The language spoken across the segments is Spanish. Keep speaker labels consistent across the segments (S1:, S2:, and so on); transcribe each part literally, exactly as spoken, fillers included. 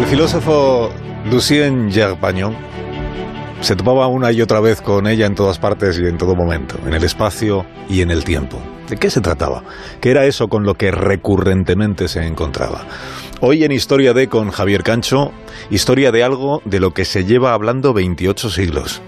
S1: filósofo Lucien Gerpagnon se topaba una y otra vez con ella en todas partes y en todo momento, en el espacio y en el tiempo. ¿De qué se trataba? ¿Qué era eso con lo que recurrentemente se encontraba? Hoy en Historia de con Javier Cancho, historia de algo de lo que se lleva hablando veintiocho siglos.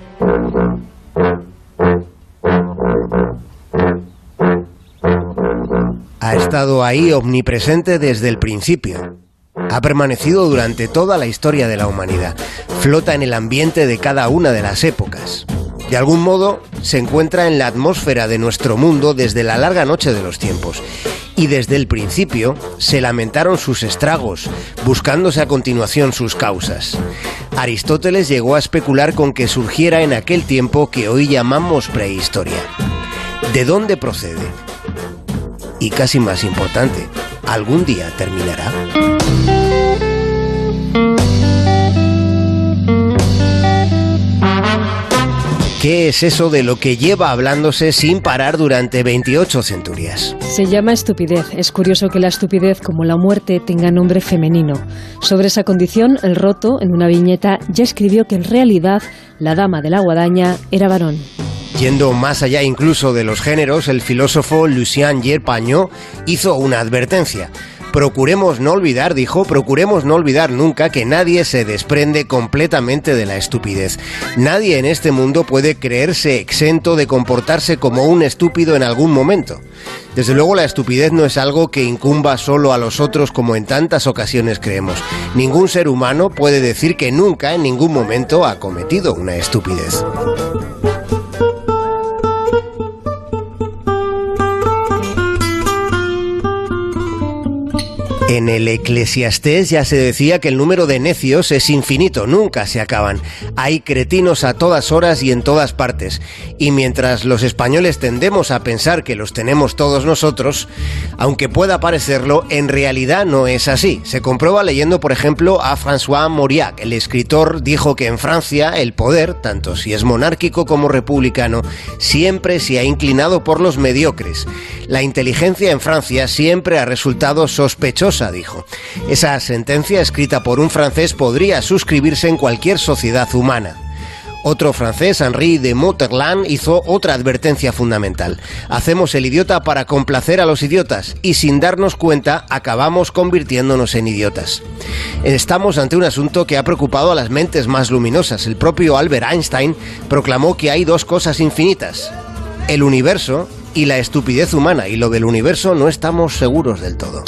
S2: Ha estado ahí omnipresente desde el principio. Ha permanecido durante toda la historia de la humanidad. Flota en el ambiente de cada una de las épocas. De algún modo, se encuentra en la atmósfera de nuestro mundo desde la larga noche de los tiempos. Y desde el principio se lamentaron sus estragos, buscándose a continuación sus causas. Aristóteles llegó a especular con que surgiera en aquel tiempo que hoy llamamos prehistoria. ¿De dónde procede? Y casi más importante, ¿algún día terminará? ¿Qué es eso de lo que lleva hablándose sin parar durante veintiocho centurias?
S3: Se llama estupidez. Es curioso que la estupidez, como la muerte, tenga nombre femenino. Sobre esa condición, el Roto, en una viñeta, ya escribió que en realidad la dama de la guadaña era varón.
S2: Yendo más allá incluso de los géneros, el filósofo Lucien Gerpagnon hizo una advertencia. Procuremos no olvidar, dijo, procuremos no olvidar nunca que nadie se desprende completamente de la estupidez. Nadie en este mundo puede creerse exento de comportarse como un estúpido en algún momento. Desde luego la estupidez no es algo que incumba solo a los otros como en tantas ocasiones creemos. Ningún ser humano puede decir que nunca en ningún momento ha cometido una estupidez. En el Eclesiastés ya se decía que el número de necios es infinito, nunca se acaban. Hay cretinos a todas horas y en todas partes. Y mientras los españoles tendemos a pensar que los tenemos todos nosotros, aunque pueda parecerlo, en realidad no es así. Se comprueba leyendo, por ejemplo, a François Mauriac. El escritor dijo que en Francia el poder, tanto si es monárquico como republicano, siempre se ha inclinado por los mediocres. La inteligencia en Francia siempre ha resultado sospechosa, dijo. Esa sentencia, escrita por un francés, podría suscribirse en cualquier sociedad humana. Otro francés, Henri de Montherlant, hizo otra advertencia fundamental. Hacemos el idiota para complacer a los idiotas y sin darnos cuenta acabamos convirtiéndonos en idiotas. Estamos ante un asunto que ha preocupado a las mentes más luminosas. El propio Albert Einstein proclamó que hay dos cosas infinitas: el universo y la estupidez humana, y lo del universo no estamos seguros del todo.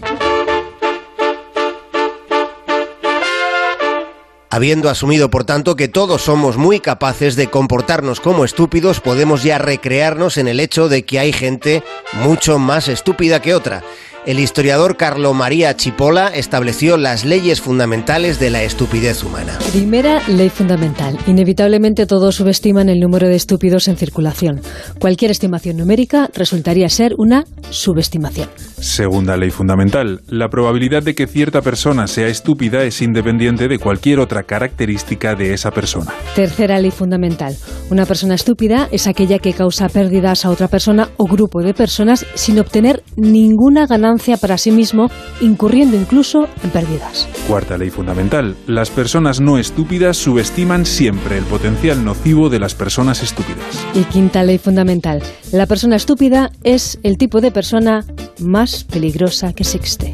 S2: Habiendo asumido, por tanto, que todos somos muy capaces de comportarnos como estúpidos, podemos ya recrearnos en el hecho de que hay gente mucho más estúpida que otra. El historiador Carlo Maria Cipolla estableció las leyes fundamentales de la estupidez humana.
S3: Primera ley fundamental. Inevitablemente todos subestiman el número de estúpidos en circulación. Cualquier estimación numérica resultaría ser una subestimación.
S4: Segunda ley fundamental. La probabilidad de que cierta persona sea estúpida es independiente de cualquier otra característica de esa persona.
S3: Tercera ley fundamental. Una persona estúpida es aquella que causa pérdidas a otra persona o grupo de personas sin obtener ninguna ganancia para sí mismo, incurriendo incluso en pérdidas.
S4: Cuarta ley fundamental. Las personas no estúpidas subestiman siempre el potencial nocivo de las personas estúpidas.
S3: Y quinta ley fundamental. La persona estúpida es el tipo de persona más peligrosa que existe.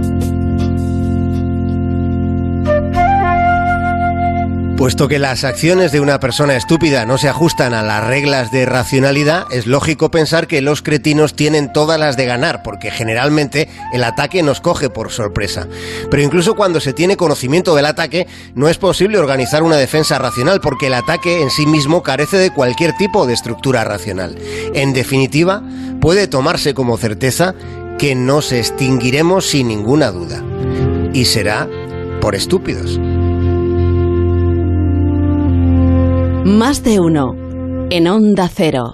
S2: Puesto que las acciones de una persona estúpida no se ajustan a las reglas de racionalidad, es lógico pensar que los cretinos tienen todas las de ganar, porque generalmente el ataque nos coge por sorpresa. Pero incluso cuando se tiene conocimiento del ataque, no es posible organizar una defensa racional, porque el ataque en sí mismo carece de cualquier tipo de estructura racional. En definitiva, puede tomarse como certeza que nos extinguiremos sin ninguna duda. Y será por estúpidos.
S5: Más de uno en Onda Cero.